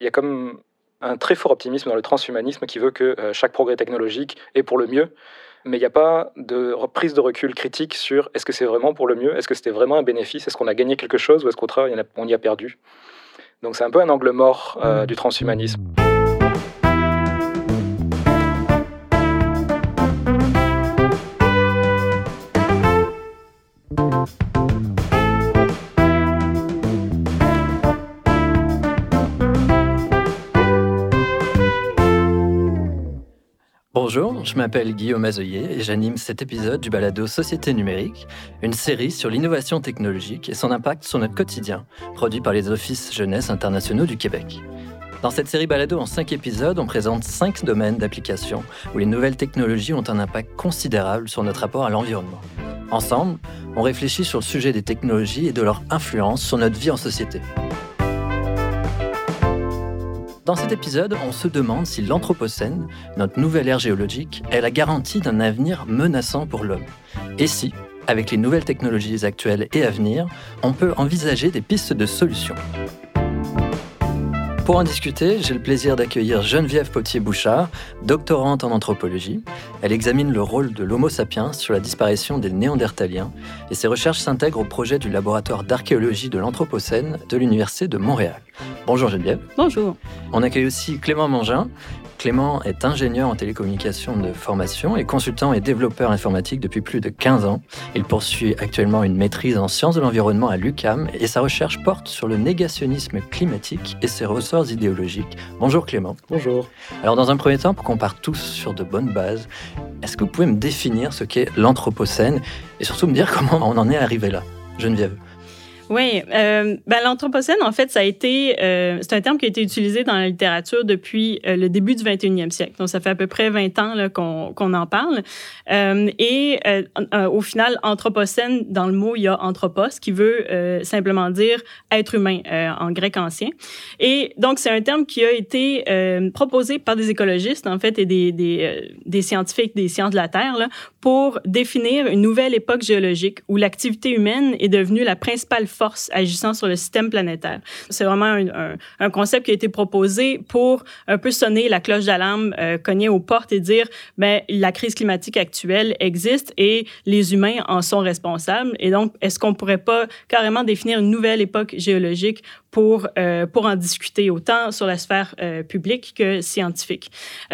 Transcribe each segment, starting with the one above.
Il y a comme un très fort optimisme dans le transhumanisme qui veut que chaque progrès technologique est pour le mieux, mais il n'y a pas de prise de recul critique sur est-ce que c'est vraiment pour le mieux, est-ce que c'était vraiment un bénéfice, est-ce qu'on a gagné quelque chose ou est-ce qu'au contraire on y a perdu. Donc c'est un peu un angle mort du transhumanisme. Bonjour, je m'appelle Guillaume Azoyer et j'anime cet épisode du balado Société numérique, une série sur l'innovation technologique et son impact sur notre quotidien, produit par les Offices jeunesse internationaux du Québec. Dans cette série balado en 5 épisodes, on présente 5 domaines d'application où les nouvelles technologies ont un impact considérable sur notre rapport à l'environnement. Ensemble, on réfléchit sur le sujet des technologies et de leur influence sur notre vie en société. Dans cet épisode, on se demande si l'Anthropocène, notre nouvelle ère géologique, est la garantie d'un avenir menaçant pour l'homme. Et si, avec les nouvelles technologies actuelles et à venir, on peut envisager des pistes de solutions. Pour en discuter, j'ai le plaisir d'accueillir Geneviève Potier-Bouchard, doctorante en anthropologie. Elle examine le rôle de l'Homo sapiens sur la disparition des Néandertaliens et ses recherches s'intègrent au projet du laboratoire d'archéologie de l'Anthropocène de l'Université de Montréal. Bonjour Geneviève. Bonjour. On accueille aussi Clément Mangin. Clément est ingénieur en télécommunications de formation et consultant et développeur informatique depuis plus de 15 ans. Il poursuit actuellement une maîtrise en sciences de l'environnement à l'UQAM et sa recherche porte sur le négationnisme climatique et ses ressorts idéologiques. Bonjour Clément. Bonjour. Alors dans un premier temps, pour qu'on parte tous sur de bonnes bases, est-ce que vous pouvez me définir ce qu'est l'Anthropocène et surtout me dire comment on en est arrivé là? Geneviève. Oui, l'Anthropocène, en fait, ça a été, c'est un terme qui a été utilisé dans la littérature depuis le début du 21e siècle. Donc, ça fait à peu près 20 ans là, qu'on en parle. Au final, Anthropocène, dans le mot, il y a anthropos, qui veut simplement dire être humain en grec ancien. Et donc, c'est un terme qui a été proposé par des écologistes, en fait, et des scientifiques des sciences de la Terre, là, pour définir une nouvelle époque géologique où l'activité humaine est devenue la principale force agissant sur le système planétaire. C'est vraiment un concept qui a été proposé pour un peu sonner la cloche d'alarme, cogner aux portes et dire la crise climatique actuelle existe et les humains en sont responsables. Et donc, est-ce qu'on pourrait pas carrément définir une nouvelle époque géologique pour en discuter autant sur la sphère publique que scientifique?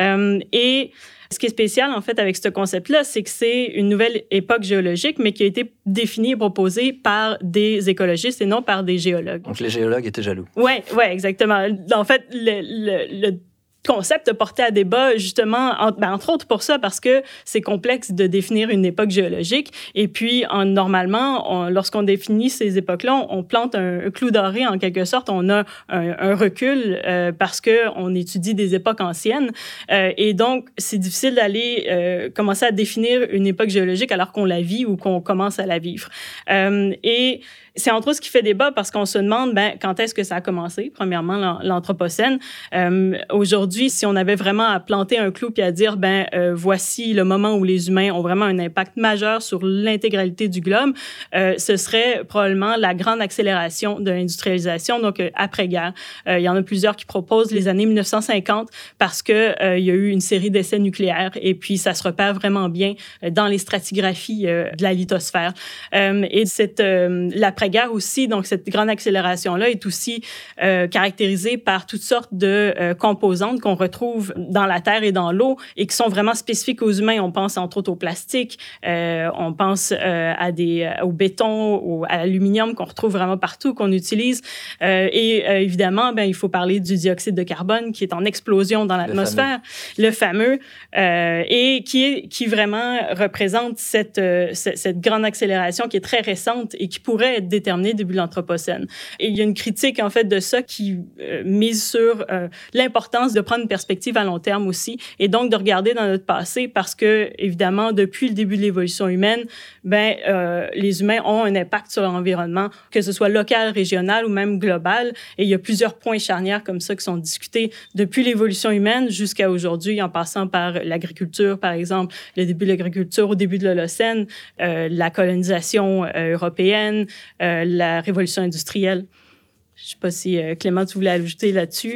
Et ce qui est spécial, en fait, avec ce concept-là, c'est que c'est une nouvelle époque géologique, mais qui a été définie et proposée par des écologistes et non par des géologues. Donc, les géologues étaient jaloux. Oui, exactement. En fait, le concept porté à débat, justement, entre autres pour ça, parce que c'est complexe de définir une époque géologique. Et puis, normalement, lorsqu'on définit ces époques-là, on plante un clou doré, en quelque sorte. On a un recul parce qu'on étudie des époques anciennes. Et donc, c'est difficile d'aller commencer à définir une époque géologique alors qu'on la vit ou qu'on commence à la vivre. Et c'est entre autres ce qui fait débat parce qu'on se demande quand est-ce que ça a commencé, premièrement, l'Anthropocène. Aujourd'hui, si on avait vraiment à planter un clou puis à dire voici le moment où les humains ont vraiment un impact majeur sur l'intégralité du globe, ce serait probablement la grande accélération de l'industrialisation, donc après-guerre. Il y en a plusieurs qui proposent les années 1950 parce que il y a eu une série d'essais nucléaires et puis ça se repère vraiment bien dans les stratigraphies de la lithosphère. Et l'après-guerre aussi, donc cette grande accélération-là est aussi caractérisée par toutes sortes de composantes qu'on retrouve dans la terre et dans l'eau et qui sont vraiment spécifiques aux humains. On pense entre autres au plastique, on pense au béton, à l'aluminium qu'on retrouve vraiment partout, qu'on utilise. Évidemment, il faut parler du dioxyde de carbone qui est en explosion dans l'atmosphère, le fameux, et qui vraiment représente cette grande accélération qui est très récente et qui pourrait être déterminée début de l'Anthropocène. Et il y a une critique, en fait, de ça qui mise sur l'importance de prendre une perspective à long terme aussi et donc de regarder dans notre passé parce que, évidemment, depuis le début de l'évolution humaine, les humains ont un impact sur l'environnement, que ce soit local, régional ou même global. Et il y a plusieurs points charnières comme ça qui sont discutés depuis l'évolution humaine jusqu'à aujourd'hui, en passant par l'agriculture, par exemple, le début de l'agriculture au début de l'Holocène, la colonisation européenne, la révolution industrielle. Je ne sais pas si, Clément, tu voulais ajouter là-dessus.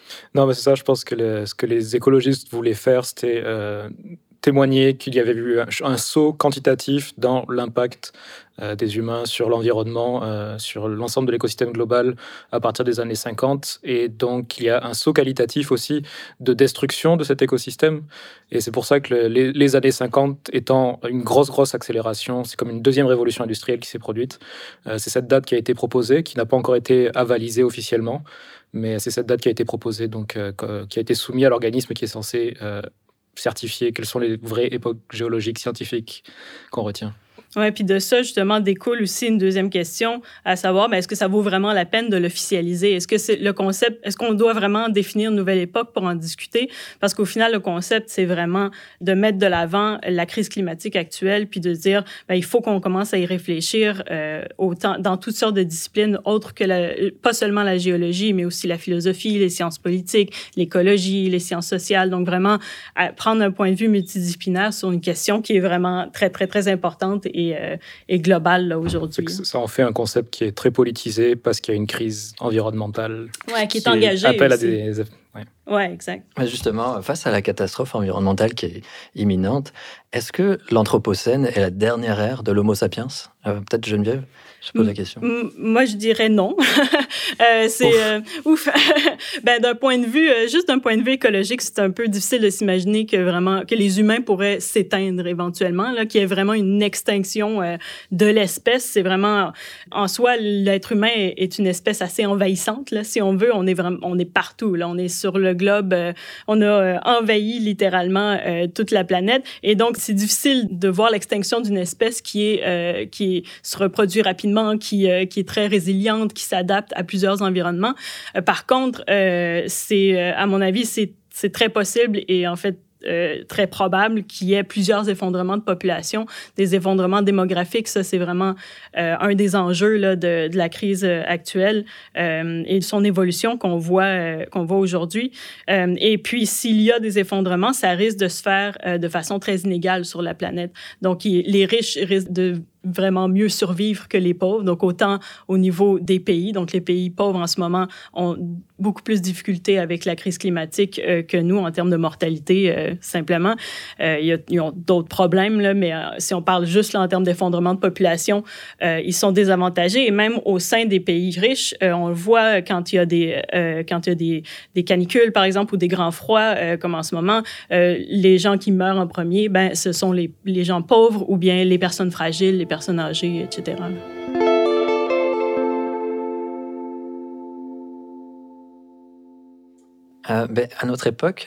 Non, mais c'est ça, je pense que ce que les écologistes voulaient faire, c'était témoigner qu'il y avait eu un saut quantitatif dans l'impact des humains sur l'environnement, sur l'ensemble de l'écosystème global à partir des années 50. Et donc, il y a un saut qualitatif aussi de destruction de cet écosystème. Et c'est pour ça que les années 50 étant une grosse accélération, c'est comme une deuxième révolution industrielle qui s'est produite. C'est cette date qui a été proposée, qui n'a pas encore été avalisée officiellement. Mais c'est cette date qui a été proposée, donc qui a été soumise à l'organisme qui est censé certifier quelles sont les vraies époques géologiques scientifiques qu'on retient. Oui, puis de ça, justement, découle aussi une deuxième question, à savoir, est-ce que ça vaut vraiment la peine de l'officialiser? Est-ce que c'est le concept, est-ce qu'on doit vraiment définir une nouvelle époque pour en discuter? Parce qu'au final, le concept, c'est vraiment de mettre de l'avant la crise climatique actuelle, puis de dire, il faut qu'on commence à y réfléchir autant dans toutes sortes de disciplines autres que pas seulement la géologie, mais aussi la philosophie, les sciences politiques, l'écologie, les sciences sociales. Donc, vraiment, prendre un point de vue multidisciplinaire sur une question qui est vraiment très importante et globale là, aujourd'hui. Ça en fait un concept qui est très politisé parce qu'il y a une crise environnementale qui est engagée appelle aussi. à des... Oui, exact. Justement, face à la catastrophe environnementale qui est imminente, est-ce que l'Anthropocène est la dernière ère de l'Homo sapiens? Peut-être Geneviève, je pose la question. Moi, je dirais non. C'est ouf. D'un point de vue, juste d'un point de vue écologique, c'est un peu difficile de s'imaginer que les humains pourraient s'éteindre éventuellement, là, qu'il y ait vraiment une extinction de l'espèce. C'est vraiment, en soi, l'être humain est une espèce assez envahissante. Là, si on veut, on est partout. Là, on est sur le globe. On a envahi littéralement toute la planète. Et donc, c'est difficile de voir l'extinction d'une espèce qui se reproduit rapidement, qui est très résiliente, qui s'adapte à plusieurs environnements. Par contre, à mon avis, c'est très possible et en fait très probable qu'il y ait plusieurs effondrements de population, des effondrements démographiques. Ça, c'est vraiment un des enjeux là, de la crise actuelle et de son évolution qu'on voit aujourd'hui. Et puis, s'il y a des effondrements, ça risque de se faire de façon très inégale sur la planète. Donc, les riches risquent de vraiment mieux survivre que les pauvres. Donc, autant au niveau des pays. Donc, les pays pauvres, en ce moment, ont beaucoup plus de difficultés avec la crise climatique que nous en termes de mortalité, simplement. Ils ont d'autres problèmes, là, mais si on parle juste là, en termes d'effondrement de population, ils sont désavantagés. Et même au sein des pays riches, on le voit quand il y a des canicules, par exemple, ou des grands froids, comme en ce moment, les gens qui meurent en premier, ce sont les gens pauvres ou bien les personnes fragiles, les personnes âgées, etc. À notre époque,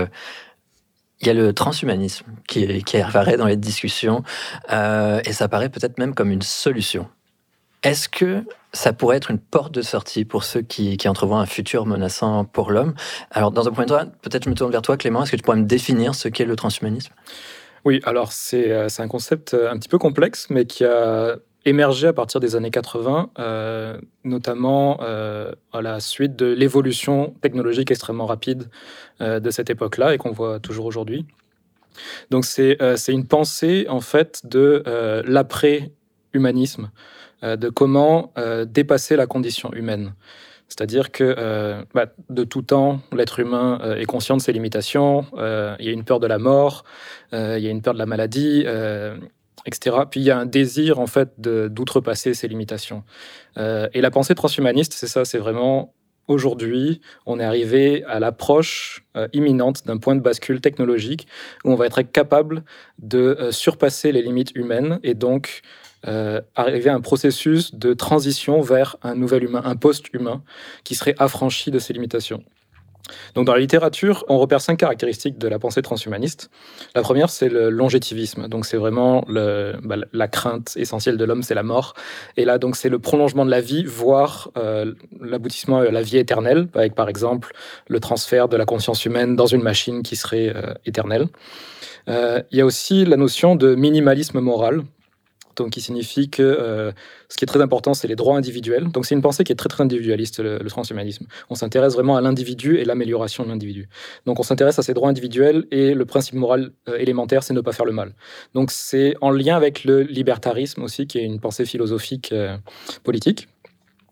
il y a le transhumanisme qui apparaît dans les discussions et ça paraît peut-être même comme une solution. Est-ce que ça pourrait être une porte de sortie pour ceux qui entrevoient un futur menaçant pour l'homme? Alors, dans un point de vue, peut-être je me tourne vers toi, Clément. Est-ce que tu pourrais me définir ce qu'est le transhumanisme? Oui, alors c'est un concept un petit peu complexe, mais qui a émergé à partir des années 80, notamment à la suite de l'évolution technologique extrêmement rapide de cette époque-là et qu'on voit toujours aujourd'hui. Donc c'est une pensée en fait de l'après-humanisme, de comment dépasser la condition humaine. C'est-à-dire que de tout temps, l'être humain est conscient de ses limitations, il y a une peur de la mort, il y a une peur de la maladie, etc. Puis il y a un désir en fait d'outrepasser ces limitations. Et la pensée transhumaniste, c'est ça, c'est vraiment aujourd'hui, on est arrivé à l'approche imminente d'un point de bascule technologique où on va être capable de surpasser les limites humaines et donc arriver à un processus de transition vers un nouvel humain, un post-humain qui serait affranchi de ses limitations. Donc dans la littérature, on repère 5 caractéristiques de la pensée transhumaniste. La première, c'est le longétivisme. Donc c'est vraiment la crainte essentielle de l'homme, c'est la mort. Et là, donc c'est le prolongement de la vie, voire l'aboutissement à la vie éternelle, avec par exemple le transfert de la conscience humaine dans une machine qui serait éternelle. Il y a aussi la notion de minimalisme moral. Donc, qui signifie que ce qui est très important, c'est les droits individuels. Donc, c'est une pensée qui est très individualiste, le transhumanisme. On s'intéresse vraiment à l'individu et l'amélioration de l'individu. Donc, on s'intéresse à ces droits individuels et le principe moral élémentaire, c'est ne pas faire le mal. Donc, c'est en lien avec le libertarisme aussi, qui est une pensée philosophique politique.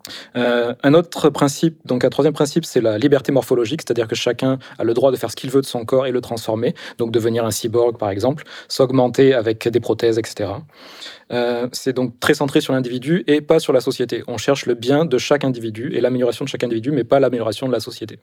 Un autre principe, donc un troisième principe, c'est la liberté morphologique, c'est-à-dire que chacun a le droit de faire ce qu'il veut de son corps et le transformer, donc devenir un cyborg par exemple, s'augmenter avec des prothèses, etc. C'est donc très centré sur l'individu et pas sur la société. On cherche le bien de chaque individu et l'amélioration de chaque individu, mais pas l'amélioration de la société.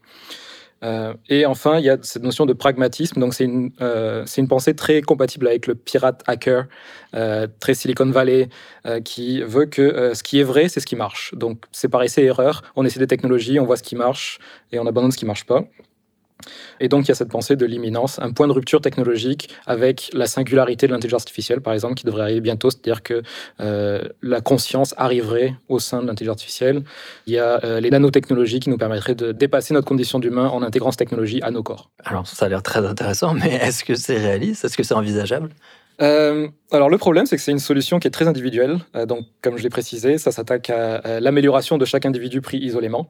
Et enfin, il y a cette notion de pragmatisme. Donc, c'est une pensée très compatible avec le pirate hacker, très Silicon Valley, qui veut que ce qui est vrai, c'est ce qui marche. Donc, c'est par essai et erreur. On essaie des technologies, on voit ce qui marche et on abandonne ce qui ne marche pas. Et donc, il y a cette pensée de l'imminence, un point de rupture technologique avec la singularité de l'intelligence artificielle, par exemple, qui devrait arriver bientôt, c'est-à-dire que la conscience arriverait au sein de l'intelligence artificielle. Il y a les nanotechnologies qui nous permettraient de dépasser notre condition d'humain en intégrant cette technologie à nos corps. Alors, ça a l'air très intéressant, mais est-ce que c'est réaliste? Est-ce que c'est envisageable? Alors le problème, c'est que c'est une solution qui est très individuelle. Donc, comme je l'ai précisé, ça s'attaque à l'amélioration de chaque individu pris isolément.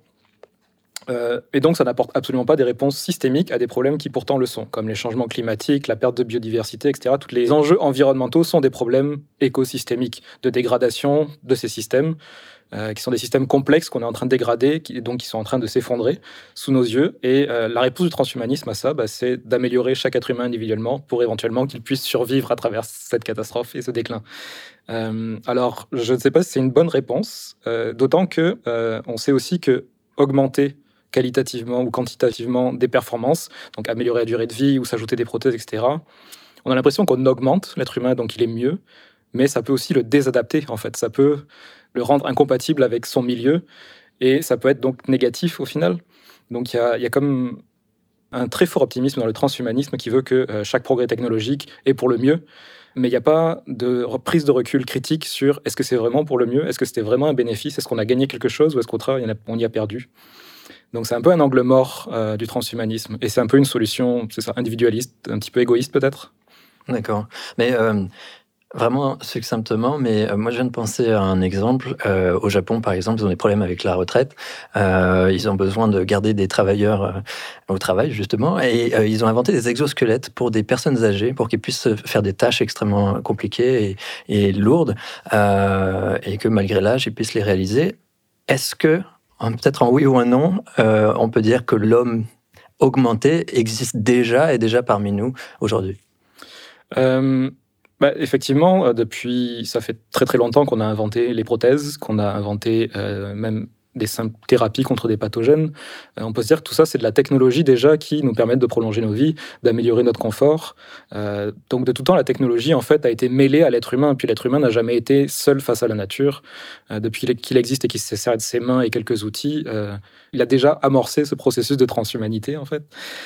Et donc, ça n'apporte absolument pas des réponses systémiques à des problèmes qui pourtant le sont, comme les changements climatiques, la perte de biodiversité, etc. Tous les enjeux environnementaux sont des problèmes écosystémiques, de dégradation de ces systèmes, qui sont des systèmes complexes qu'on est en train de dégrader, qui sont en train de s'effondrer sous nos yeux. Et la réponse du transhumanisme à ça, c'est d'améliorer chaque être humain individuellement pour éventuellement qu'il puisse survivre à travers cette catastrophe et ce déclin. Alors, je ne sais pas si c'est une bonne réponse, d'autant que on sait aussi que augmenter qualitativement ou quantitativement des performances, donc améliorer la durée de vie ou s'ajouter des prothèses, etc. On a l'impression qu'on augmente l'être humain, donc il est mieux, mais ça peut aussi le désadapter, en fait. Ça peut le rendre incompatible avec son milieu, et ça peut être donc négatif au final. Donc il y a comme un très fort optimisme dans le transhumanisme qui veut que chaque progrès technologique est pour le mieux, mais il n'y a pas de prise de recul critique sur est-ce que c'est vraiment pour le mieux, est-ce que c'était vraiment un bénéfice, est-ce qu'on a gagné quelque chose ou est-ce qu'au contraire on y a perdu. Donc c'est un peu un angle mort du transhumanisme. Et c'est un peu une solution, c'est ça, individualiste, un petit peu égoïste peut-être. D'accord. Mais vraiment succinctement, mais moi je viens de penser à un exemple. Au Japon, par exemple, ils ont des problèmes avec la retraite. Ils ont besoin de garder des travailleurs au travail, justement. Et ils ont inventé des exosquelettes pour des personnes âgées, pour qu'ils puissent faire des tâches extrêmement compliquées et lourdes, et que malgré l'âge, ils puissent les réaliser. Est-ce que, peut-être en oui ou un non, on peut dire que l'homme augmenté existe déjà, est déjà parmi nous aujourd'hui? Effectivement, ça fait très très longtemps qu'on a inventé les prothèses, qu'on a inventé même des simples thérapies contre des pathogènes. On peut se dire que tout ça, c'est de la technologie déjà qui nous permet de prolonger nos vies, d'améliorer notre confort. Donc de tout temps, la technologie en fait a été mêlée à l'être humain, puis l'être humain n'a jamais été seul face à la nature. Depuis qu'il existe et qu'il se sert de ses mains et quelques outils, il a déjà amorcé ce processus de transhumanité en fait.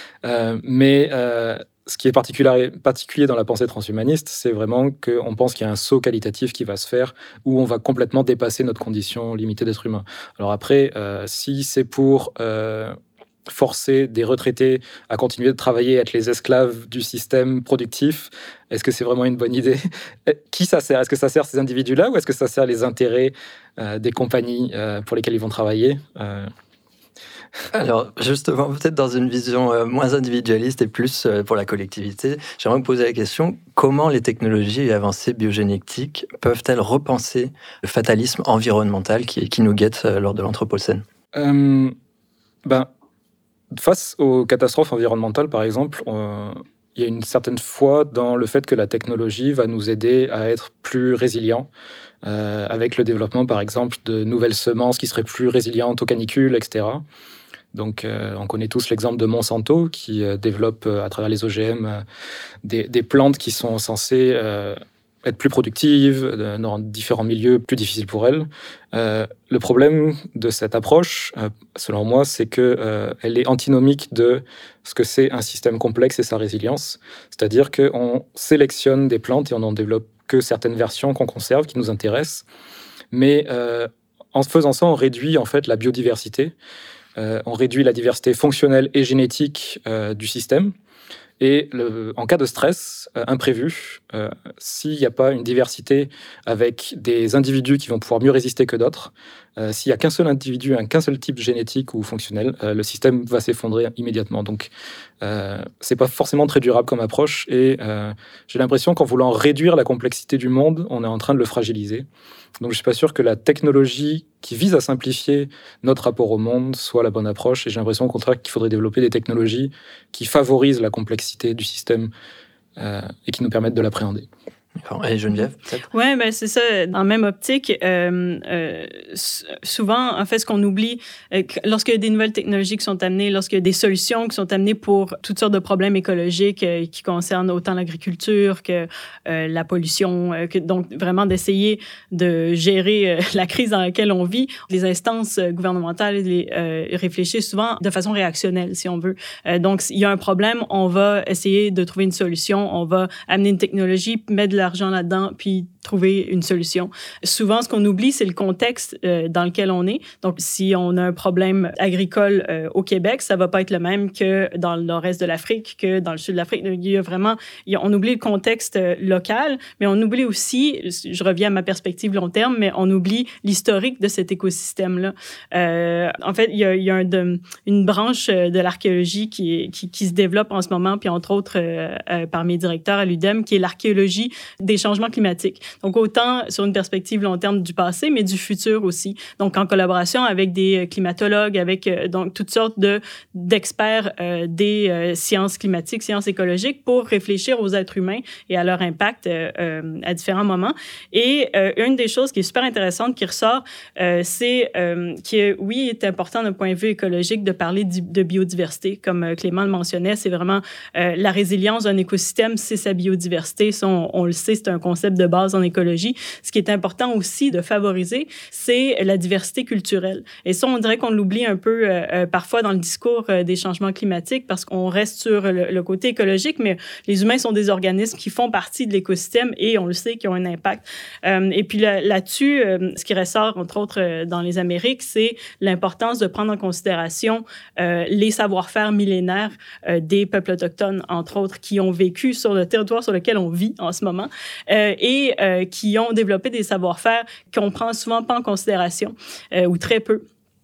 Ce qui est particulier dans la pensée transhumaniste, c'est vraiment qu'on pense qu'il y a un saut qualitatif qui va se faire où on va complètement dépasser notre condition limitée d'être humain. Alors après, si c'est pour forcer des retraités à continuer de travailler, à être les esclaves du système productif, est-ce que c'est vraiment une bonne idée? Qui ça sert? Est-ce que ça sert ces individus-là ou est-ce que ça sert les intérêts des compagnies pour lesquelles ils vont travailler? Alors, justement, peut-être dans une vision moins individualiste et plus pour la collectivité, j'aimerais vous poser la question, comment les technologies et avancées biogénétiques peuvent-elles repenser le fatalisme environnemental qui nous guette lors de l'Anthropocène? Face aux catastrophes environnementales, par exemple, il y a une certaine foi dans le fait que la technologie va nous aider à être plus résilients, avec le développement, par exemple, de nouvelles semences qui seraient plus résilientes aux canicules, etc. Donc, on connaît tous l'exemple de Monsanto qui développe à travers les OGM des plantes qui sont censées être plus productives dans différents milieux plus difficiles pour elles. Le problème de cette approche, selon moi, c'est qu'elle est antinomique de ce que c'est un système complexe et sa résilience. C'est-à-dire qu'on sélectionne des plantes et on n'en développe que certaines versions qu'on conserve, qui nous intéressent. Mais en faisant ça, on réduit en fait la biodiversité. On réduit la diversité fonctionnelle et génétique du système. Et en cas de stress imprévu, s'il n'y a pas une diversité avec des individus qui vont pouvoir mieux résister que d'autres, s'il n'y a qu'un seul individu, qu'un seul type génétique ou fonctionnel, le système va s'effondrer immédiatement. Donc, c'est pas forcément très durable comme approche. Et j'ai l'impression qu'en voulant réduire la complexité du monde, on est en train de le fragiliser. Donc, je suis pas sûr que la technologie qui vise à simplifier notre rapport au monde soit la bonne approche. Et j'ai l'impression, au contraire, qu'il faudrait développer des technologies qui favorisent la complexité du système et qui nous permettent de l'appréhender. Et Geneviève, peut-être? Oui, ben c'est ça. Dans la même optique, souvent, en fait, ce qu'on oublie, lorsqu'il y a des nouvelles technologies qui sont amenées, lorsqu'il y a des solutions qui sont amenées pour toutes sortes de problèmes écologiques qui concernent autant l'agriculture que la pollution, donc vraiment d'essayer de gérer la crise dans laquelle on vit, les instances gouvernementales réfléchissent souvent de façon réactionnelle, si on veut. Donc, il y a un problème, on va essayer de trouver une solution, on va amener une technologie, mettre de l'argent là-dedans, puis trouver une solution. Souvent, ce qu'on oublie, c'est le contexte dans lequel on est. Donc, si on a un problème agricole au Québec, ça va pas être le même que dans le nord-est de l'Afrique, que dans le sud de l'Afrique. Il y a vraiment, on oublie le contexte local, mais on oublie aussi, je reviens à ma perspective long terme, mais on oublie l'historique de cet écosystème-là. En fait, il y a une branche de l'archéologie qui se développe en ce moment, puis entre autres par mes directeurs à l'UDEM, qui est l'archéologie des changements climatiques. Donc, autant sur une perspective long terme du passé, mais du futur aussi. Donc, en collaboration avec des climatologues, avec donc toutes sortes d'experts des sciences climatiques, sciences écologiques, pour réfléchir aux êtres humains et à leur impact à différents moments. Et une des choses qui est super intéressante qui ressort, c'est que, oui, il est important d'un point de vue écologique de parler de biodiversité. Comme Clément le mentionnait, c'est vraiment la résilience d'un écosystème, c'est sa biodiversité. Ça, on le sait, c'est un concept de base en écologie. Ce qui est important aussi de favoriser, c'est la diversité culturelle. Et ça, on dirait qu'on l'oublie un peu parfois dans le discours des changements climatiques parce qu'on reste sur le côté écologique, mais les humains sont des organismes qui font partie de l'écosystème et on le sait, qui ont un impact. Et puis là-dessus, ce qui ressort, entre autres, dans les Amériques, c'est l'importance de prendre en considération les savoir-faire millénaires des peuples autochtones, entre autres, qui ont vécu sur le territoire sur lequel on vit en ce moment et qui ont développé des savoir-faire qu'on prend souvent pas en considération ou très peu.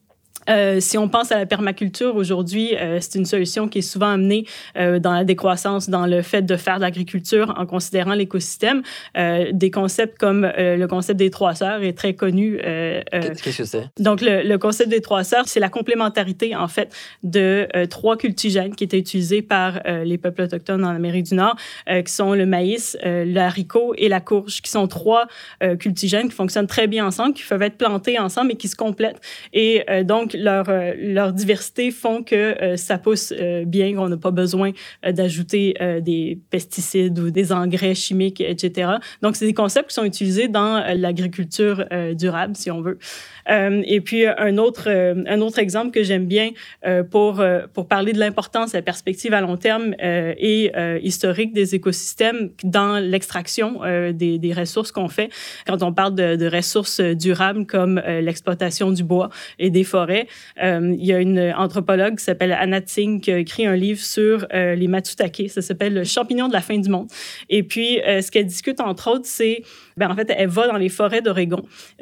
Si on pense à la permaculture aujourd'hui, c'est une solution qui est souvent amenée dans la décroissance, dans le fait de faire de l'agriculture en considérant l'écosystème. Des concepts comme le concept des 3 sœurs est très connu. Qu'est-ce que c'est? Donc, le concept des 3 sœurs, c'est la complémentarité, en fait, de 3 cultigènes qui étaient utilisés par les peuples autochtones en Amérique du Nord, qui sont le maïs, le haricot et la courge, qui sont 3 cultigènes qui fonctionnent très bien ensemble, qui peuvent être plantés ensemble et qui se complètent. Et donc, leur diversité font que ça pousse bien, qu'on n'a pas besoin d'ajouter des pesticides ou des engrais chimiques, etc. Donc, c'est des concepts qui sont utilisés dans l'agriculture durable, si on veut. Et puis, un autre exemple que j'aime bien pour parler de l'importance de la perspective à long terme et historique des écosystèmes dans l'extraction des ressources qu'on fait. Quand on parle de ressources durables comme l'exploitation du bois et des forêts, il y a une anthropologue qui s'appelle Anna Tsing qui a écrit un livre sur les matsutake. Ça s'appelle « Le champignon de la fin du monde ». Et puis, ce qu'elle discute, entre autres, c'est... en fait, elle va dans les forêts d'Oregon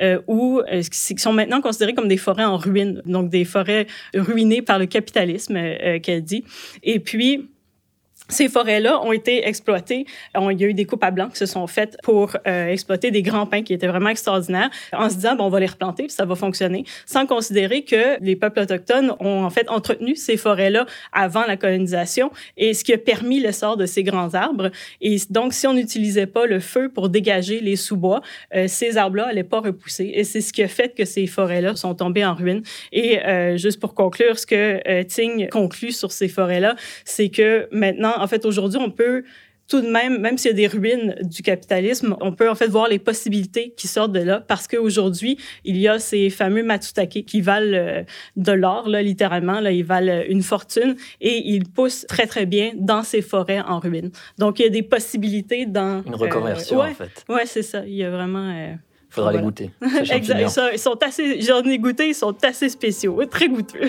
qui sont maintenant considérées comme des forêts en ruine, donc des forêts ruinées par le capitalisme, qu'elle dit. Et puis... ces forêts-là ont été exploitées. Il y a eu des coupes à blanc qui se sont faites pour exploiter des grands pins qui étaient vraiment extraordinaires, en se disant, on va les replanter, puis ça va fonctionner, sans considérer que les peuples autochtones ont en fait entretenu ces forêts-là avant la colonisation, et ce qui a permis l'essor de ces grands arbres. Et donc, si on n'utilisait pas le feu pour dégager les sous-bois, ces arbres-là n'allaient pas repousser. Et c'est ce qui a fait que ces forêts-là sont tombées en ruine. Et juste pour conclure, ce que Tsing conclut sur ces forêts-là, c'est que maintenant, en fait, aujourd'hui, on peut tout de même s'il y a des ruines du capitalisme, on peut en fait voir les possibilités qui sortent de là parce qu'aujourd'hui, il y a ces fameux matsutake qui valent de l'or, là, littéralement. Là, ils valent une fortune et ils poussent très, très bien dans ces forêts en ruine. Donc, il y a des possibilités dans... Une reconversion, en fait. Oui, c'est ça. Il y a vraiment... Faudra les goûter. Exact. Ils sont assez... J'en ai goûté, ils sont assez spéciaux, très goûteux.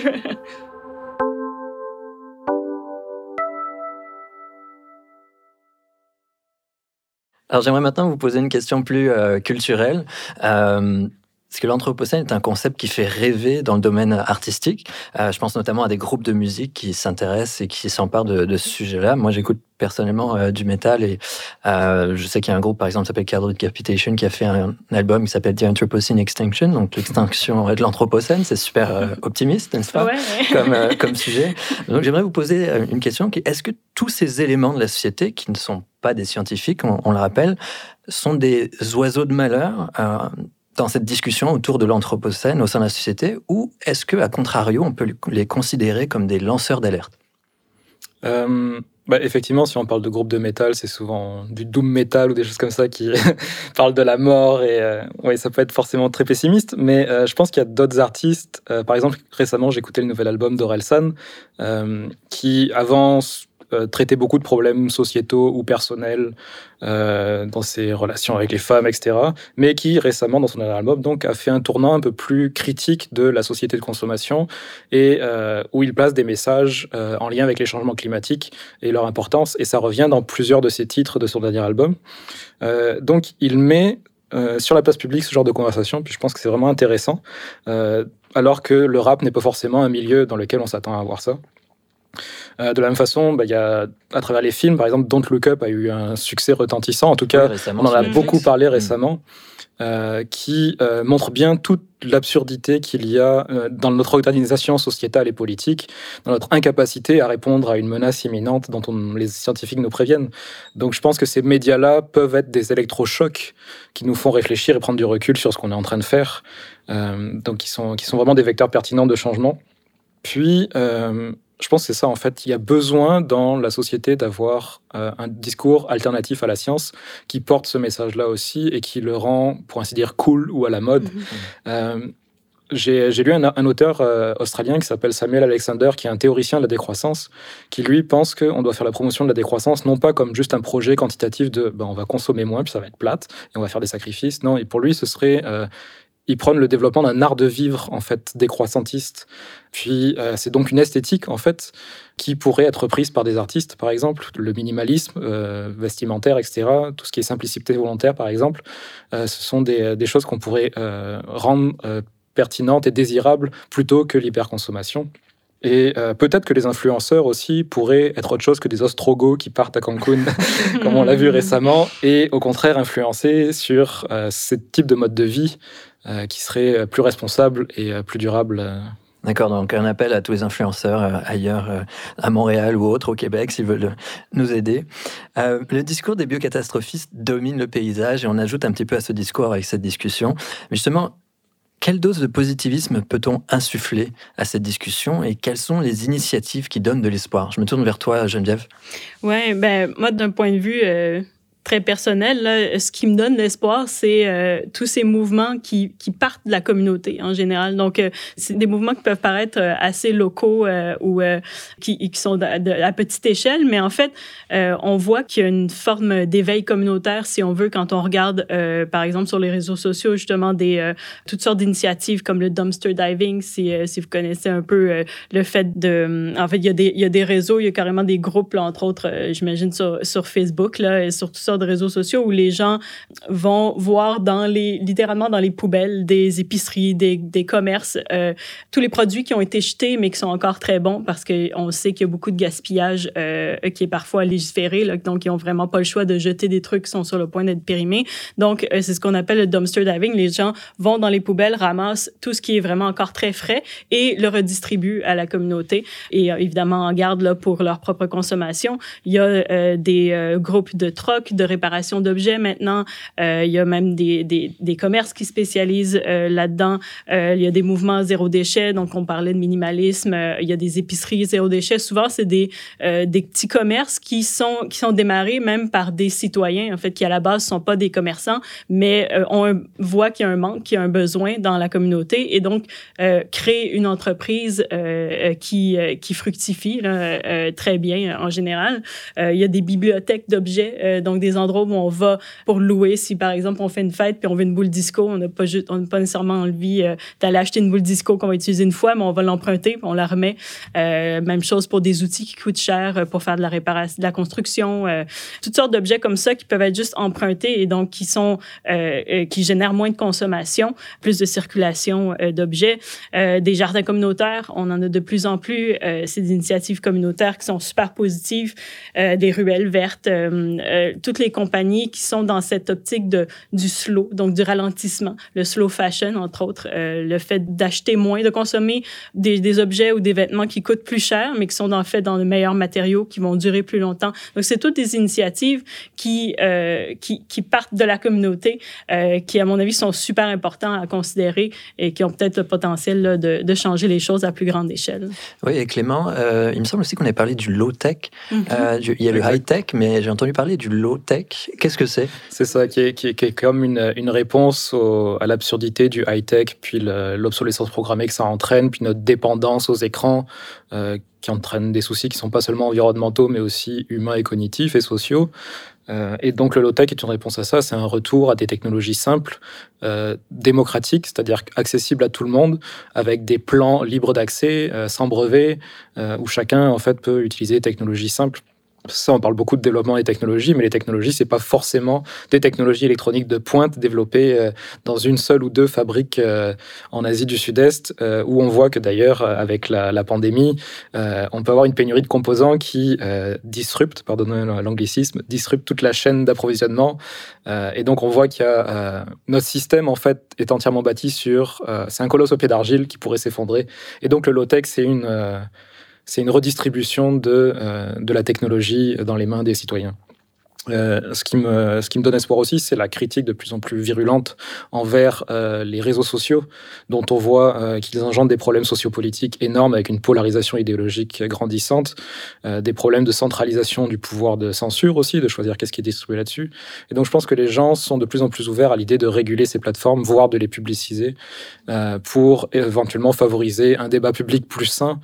Alors, j'aimerais maintenant vous poser une question plus culturelle. Parce que l'anthropocène est un concept qui fait rêver dans le domaine artistique. Je pense notamment à des groupes de musique qui s'intéressent et qui s'emparent de ce sujet-là. Moi, j'écoute personnellement du métal et je sais qu'il y a un groupe, par exemple, qui s'appelle Cardinal Decapitation, qui a fait un album qui s'appelle The Anthropocene Extinction, donc l'extinction de l'anthropocène. C'est super optimiste, n'est-ce pas, comme sujet. Donc, j'aimerais vous poser une question. Est-ce que tous ces éléments de la société, qui ne sont pas des scientifiques, on le rappelle, sont des oiseaux de malheur dans cette discussion autour de l'anthropocène au sein de la société, ou est-ce qu'à contrario, on peut les considérer comme des lanceurs d'alerte? Effectivement, si on parle de groupes de métal, c'est souvent du doom metal ou des choses comme ça qui parlent de la mort, et ça peut être forcément très pessimiste, mais je pense qu'il y a d'autres artistes. Par exemple, récemment, j'ai écouté le nouvel album d'Orelsan, qui avance traitait beaucoup de problèmes sociétaux ou personnels dans ses relations avec les femmes, etc. Mais qui, récemment, dans son dernier album, donc, a fait un tournant un peu plus critique de la société de consommation et où il place des messages en lien avec les changements climatiques et leur importance. Et ça revient dans plusieurs de ses titres de son dernier album. Donc, il met sur la place publique ce genre de conversation, puis je pense que c'est vraiment intéressant, alors que le rap n'est pas forcément un milieu dans lequel on s'attend à voir ça. De la même façon, il y a, à travers les films, par exemple, Don't Look Up a eu un succès retentissant. En tout cas, on en a beaucoup parlé récemment, qui montre bien toute l'absurdité qu'il y a dans notre organisation sociétale et politique, dans notre incapacité à répondre à une menace imminente dont les scientifiques nous préviennent. Donc je pense que ces médias-là peuvent être des électrochocs qui nous font réfléchir et prendre du recul sur ce qu'on est en train de faire. Donc qui sont vraiment des vecteurs pertinents de changement. Puis, je pense que c'est ça, en fait. Il y a besoin dans la société d'avoir un discours alternatif à la science qui porte ce message-là aussi et qui le rend, pour ainsi dire, cool ou à la mode. J'ai lu un auteur australien qui s'appelle Samuel Alexander, qui est un théoricien de la décroissance, qui lui pense qu'on doit faire la promotion de la décroissance non pas comme juste un projet quantitatif de on va consommer moins puis ça va être plate et on va faire des sacrifices. Non, et pour lui, ce serait... il prône le développement d'un art de vivre, en fait, décroissantiste. Puis, c'est donc une esthétique, en fait, qui pourrait être prise par des artistes, par exemple. Le minimalisme vestimentaire, etc. Tout ce qui est simplicité volontaire, par exemple. Ce sont des choses qu'on pourrait rendre pertinentes et désirables plutôt que l'hyperconsommation. Et peut-être que les influenceurs aussi pourraient être autre chose que des ostrogos qui partent à Cancun, comme on l'a vu récemment, et au contraire influencer sur ce type de mode de vie qui serait plus responsable et plus durable. D'accord, donc un appel à tous les influenceurs ailleurs, à Montréal ou autre, au Québec, s'ils veulent nous aider. Le discours des biocatastrophistes domine le paysage et on ajoute un petit peu à ce discours avec cette discussion. Mais justement, quelle dose de positivisme peut-on insuffler à cette discussion et quelles sont les initiatives qui donnent de l'espoir? Je me tourne vers toi, Geneviève. Oui, moi, d'un point de vue très personnel, là, ce qui me donne l'espoir, c'est tous ces mouvements qui partent de la communauté en général. Donc, c'est des mouvements qui peuvent paraître assez locaux ou qui sont à petite échelle, mais en fait, on voit qu'il y a une forme d'éveil communautaire, si on veut, quand on regarde, par exemple, sur les réseaux sociaux, justement, toutes sortes d'initiatives comme le dumpster diving, si vous connaissez un peu le fait de... En fait, il y a des réseaux, il y a carrément des groupes, là, entre autres, j'imagine, sur Facebook, là, et sur toutes sortes de réseaux sociaux où les gens vont voir littéralement dans les poubelles des épiceries, des commerces, tous les produits qui ont été jetés mais qui sont encore très bons parce qu'on sait qu'il y a beaucoup de gaspillage qui est parfois légiféré, là, donc ils n'ont vraiment pas le choix de jeter des trucs qui sont sur le point d'être périmés. Donc, c'est ce qu'on appelle le dumpster diving. Les gens vont dans les poubelles, ramassent tout ce qui est vraiment encore très frais et le redistribuent à la communauté et évidemment en gardent là, pour leur propre consommation. Il y a des groupes de troc, de réparation d'objets maintenant. Il y a même des commerces qui spécialisent là-dedans. Il y a des mouvements zéro déchet, donc on parlait de minimalisme. Il y a des épiceries zéro déchet. Souvent, c'est des petits commerces qui sont démarrés même par des citoyens, en fait, qui à la base ne sont pas des commerçants, mais on voit qu'il y a un manque, qu'il y a un besoin dans la communauté et donc créer une entreprise qui fructifie là, très bien en général. Il y a des bibliothèques d'objets, donc des des endroits où on va pour louer. Si, par exemple, on fait une fête puis on veut une boule disco, on n'a pas nécessairement envie d'aller acheter une boule disco qu'on va utiliser une fois, mais on va l'emprunter puis on la remet. Même chose pour des outils qui coûtent cher pour faire de la réparation, de la construction. Toutes sortes d'objets comme ça qui peuvent être juste empruntés et donc qui génèrent moins de consommation, plus de circulation d'objets. Des jardins communautaires, on en a de plus en plus. C'est des initiatives communautaires qui sont super positives. Des ruelles vertes. Toutes les compagnies qui sont dans cette optique du slow, donc du ralentissement. Le slow fashion, entre autres. Le fait d'acheter moins, de consommer des objets ou des vêtements qui coûtent plus cher, mais qui sont faits dans de meilleurs matériaux, qui vont durer plus longtemps. Donc, c'est toutes des initiatives qui partent de la communauté, qui, à mon avis, sont super importantes à considérer et qui ont peut-être le potentiel là, de changer les choses à plus grande échelle. Oui, et Clément, il me semble aussi qu'on ait parlé du low-tech. Il y a le high-tech, mais j'ai entendu parler du low-tech. Qu'est-ce que c'est ? C'est ça, qui est comme une réponse à l'absurdité du high-tech, puis l'obsolescence programmée que ça entraîne, puis notre dépendance aux écrans, qui entraîne des soucis qui ne sont pas seulement environnementaux, mais aussi humains et cognitifs et sociaux. Et donc le low-tech est une réponse à ça, c'est un retour à des technologies simples, démocratiques, c'est-à-dire accessibles à tout le monde, avec des plans libres d'accès, sans brevet, où chacun en fait peut utiliser des technologies simples. Ça, on parle beaucoup de développement des technologies, mais les technologies, c'est pas forcément des technologies électroniques de pointe développées dans une seule ou deux fabriques en Asie du Sud-Est, où on voit que d'ailleurs, avec la pandémie, on peut avoir une pénurie de composants qui disrupte, pardonnez l'anglicisme, disrupte toute la chaîne d'approvisionnement. Et donc, on voit qu'il y a notre système, en fait, est entièrement bâti sur... c'est un colosse au pied d'argile qui pourrait s'effondrer. Et donc, le low-tech, c'est une redistribution de la technologie dans les mains des citoyens. Ce qui me donne espoir aussi, c'est la critique de plus en plus virulente envers les réseaux sociaux, dont on voit qu'ils engendrent des problèmes sociopolitiques énormes avec une polarisation idéologique grandissante, des problèmes de centralisation du pouvoir de censure aussi, de choisir qu'est-ce qui est distribué là-dessus. Et donc je pense que les gens sont de plus en plus ouverts à l'idée de réguler ces plateformes, voire de les publiciser, pour éventuellement favoriser un débat public plus sain.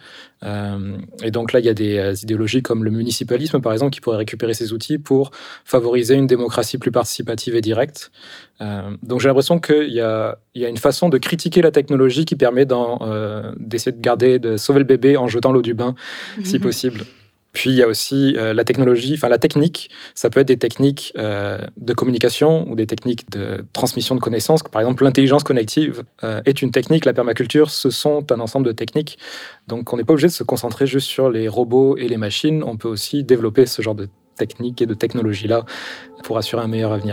Et donc là, il y a des idéologies comme le municipalisme, par exemple, qui pourraient récupérer ces outils pour favoriser une démocratie plus participative et directe. Donc j'ai l'impression qu'il y a une façon de critiquer la technologie qui permet d'essayer de sauver le bébé en jetant l'eau du bain, si possible. Puis il y a aussi la technologie, enfin la technique, ça peut être des techniques de communication ou des techniques de transmission de connaissances. Par exemple, l'intelligence connective est une technique, la permaculture, ce sont un ensemble de techniques. Donc on n'est pas obligé de se concentrer juste sur les robots et les machines, on peut aussi développer ce genre de techniques et de technologies-là pour assurer un meilleur avenir.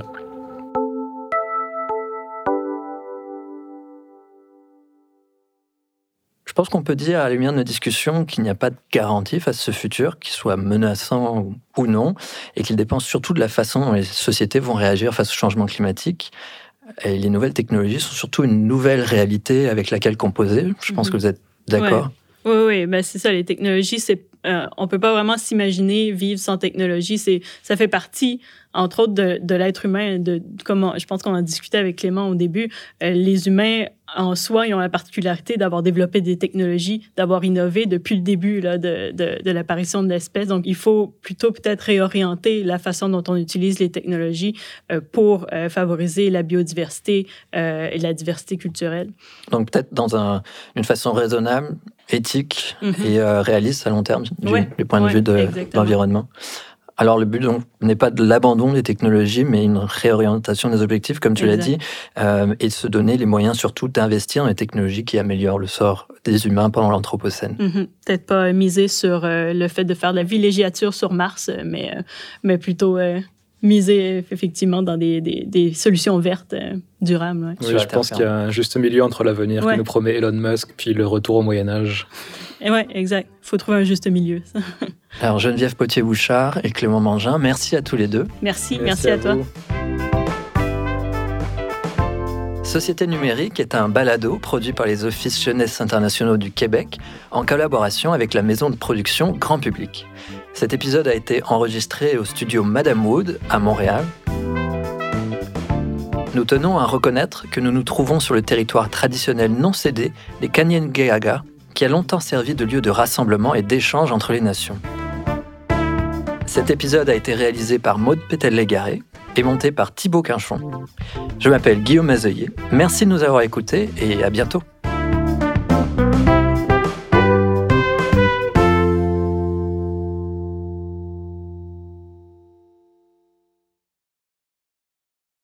Je pense qu'on peut dire, à la lumière de nos discussions, qu'il n'y a pas de garantie face à ce futur, qu'il soit menaçant ou non, et qu'il dépend surtout de la façon dont les sociétés vont réagir face au changement climatique. Et les nouvelles technologies sont surtout une nouvelle réalité avec laquelle composer. Je pense que vous êtes d'accord. Ouais. Oui, ben c'est ça. Les technologies, on ne peut pas vraiment s'imaginer vivre sans technologie. Ça fait partie, entre autres, de l'être humain. Je pense qu'on en discutait avec Clément au début. Les humains, en soi, ils ont la particularité d'avoir développé des technologies, d'avoir innové depuis le début là, de l'apparition de l'espèce. Donc, il faut plutôt peut-être réorienter la façon dont on utilise les technologies pour favoriser la biodiversité et la diversité culturelle. Donc, peut-être dans une façon raisonnable, éthique et réaliste à long terme, du point de vue de l'environnement. Alors, le but donc, n'est pas de l'abandon des technologies, mais une réorientation des objectifs, comme tu l'as dit, et de se donner les moyens surtout d'investir dans les technologies qui améliorent le sort des humains pendant l'Anthropocène. Peut-être pas miser sur le fait de faire de la villégiature sur Mars, mais plutôt miser effectivement dans des solutions vertes durables. Ouais. Oui, je pense qu'il y a un juste milieu entre l'avenir que nous promet Elon Musk puis le retour au Moyen-Âge. Oui, exact. Il faut trouver un juste milieu. Alors, Geneviève Potier-Bouchard et Clément Mangin, merci à tous les deux. Merci à toi. Société numérique est un balado produit par les Offices Jeunesse internationaux du Québec en collaboration avec la maison de production Grand Public. Cet épisode a été enregistré au studio Madame Wood à Montréal. Nous tenons à reconnaître que nous nous trouvons sur le territoire traditionnel non cédé des Kanien'kehá:ka, qui a longtemps servi de lieu de rassemblement et d'échange entre les nations. Cet épisode a été réalisé par Maude Pétel-Légaré et monté par Thibaut Quinchon. Je m'appelle Guillaume Mazeuillet. Merci de nous avoir écoutés et à bientôt.